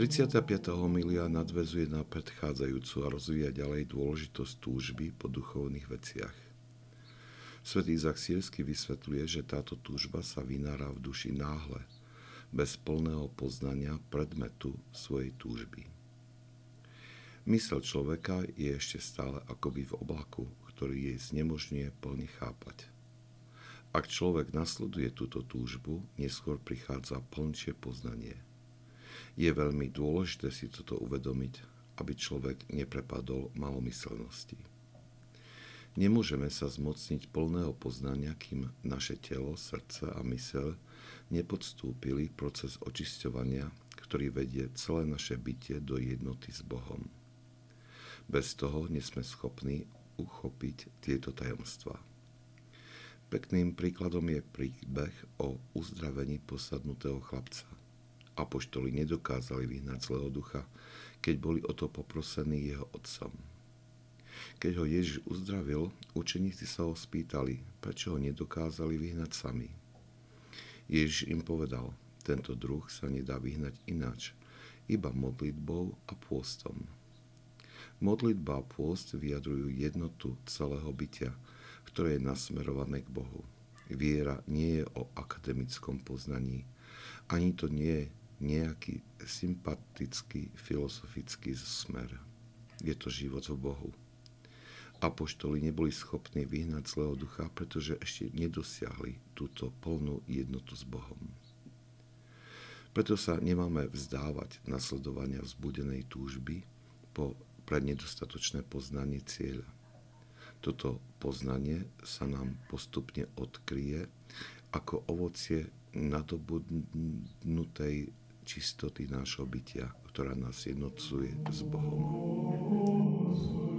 35. homilia nadväzuje na predchádzajúcu a rozvíja ďalej dôležitosť túžby po duchovných veciach. Svätý Izák Sýrsky vysvetľuje, že táto túžba sa vynára v duši náhle, bez plného poznania predmetu svojej túžby. Mysel človeka je ešte stále akoby v oblaku, ktorý jej znemožňuje plne chápať. Ak človek nasleduje túto túžbu, neskôr prichádza plnšie poznanie. Je veľmi dôležité si toto uvedomiť, aby človek neprepadol malomyselnosti. Nemôžeme sa zmocniť plného poznania, kým naše telo, srdce a myseľ nepodstúpili proces očisťovania, ktorý vedie celé naše bytie do jednoty s Bohom. Bez toho nie sme schopní uchopiť tieto tajomstvá. Pekným príkladom je príbeh o uzdravení posadnutého chlapca. Apoštoli nedokázali vyhnať zlého ducha, keď boli o to poprosení jeho otcom. Keď ho Ježiš uzdravil, učeníci sa ho spýtali, prečo ho nedokázali vyhnať sami. Ježiš im povedal, tento druh sa nedá vyhnať ináč, iba modlitbou a pôstom. Modlitba a pôst vyjadrujú jednotu celého bytia, ktoré je nasmerované k Bohu. Viera nie je o akademickom poznaní, ani to nie je nejaký sympatický filozofický smer. Je to život v Bohu. Apoštoli neboli schopní vyhnať zlého ducha, pretože ešte nedosiahli túto plnú jednotu s Bohom. Preto sa nemáme vzdávať nasledovania vzbudenej túžby pre nedostatočné poznanie cieľa. Toto poznanie sa nám postupne odkryje ako ovocie nadobudnutej čistoty nášho bytia, ktorá nás jednocuje s Bohom.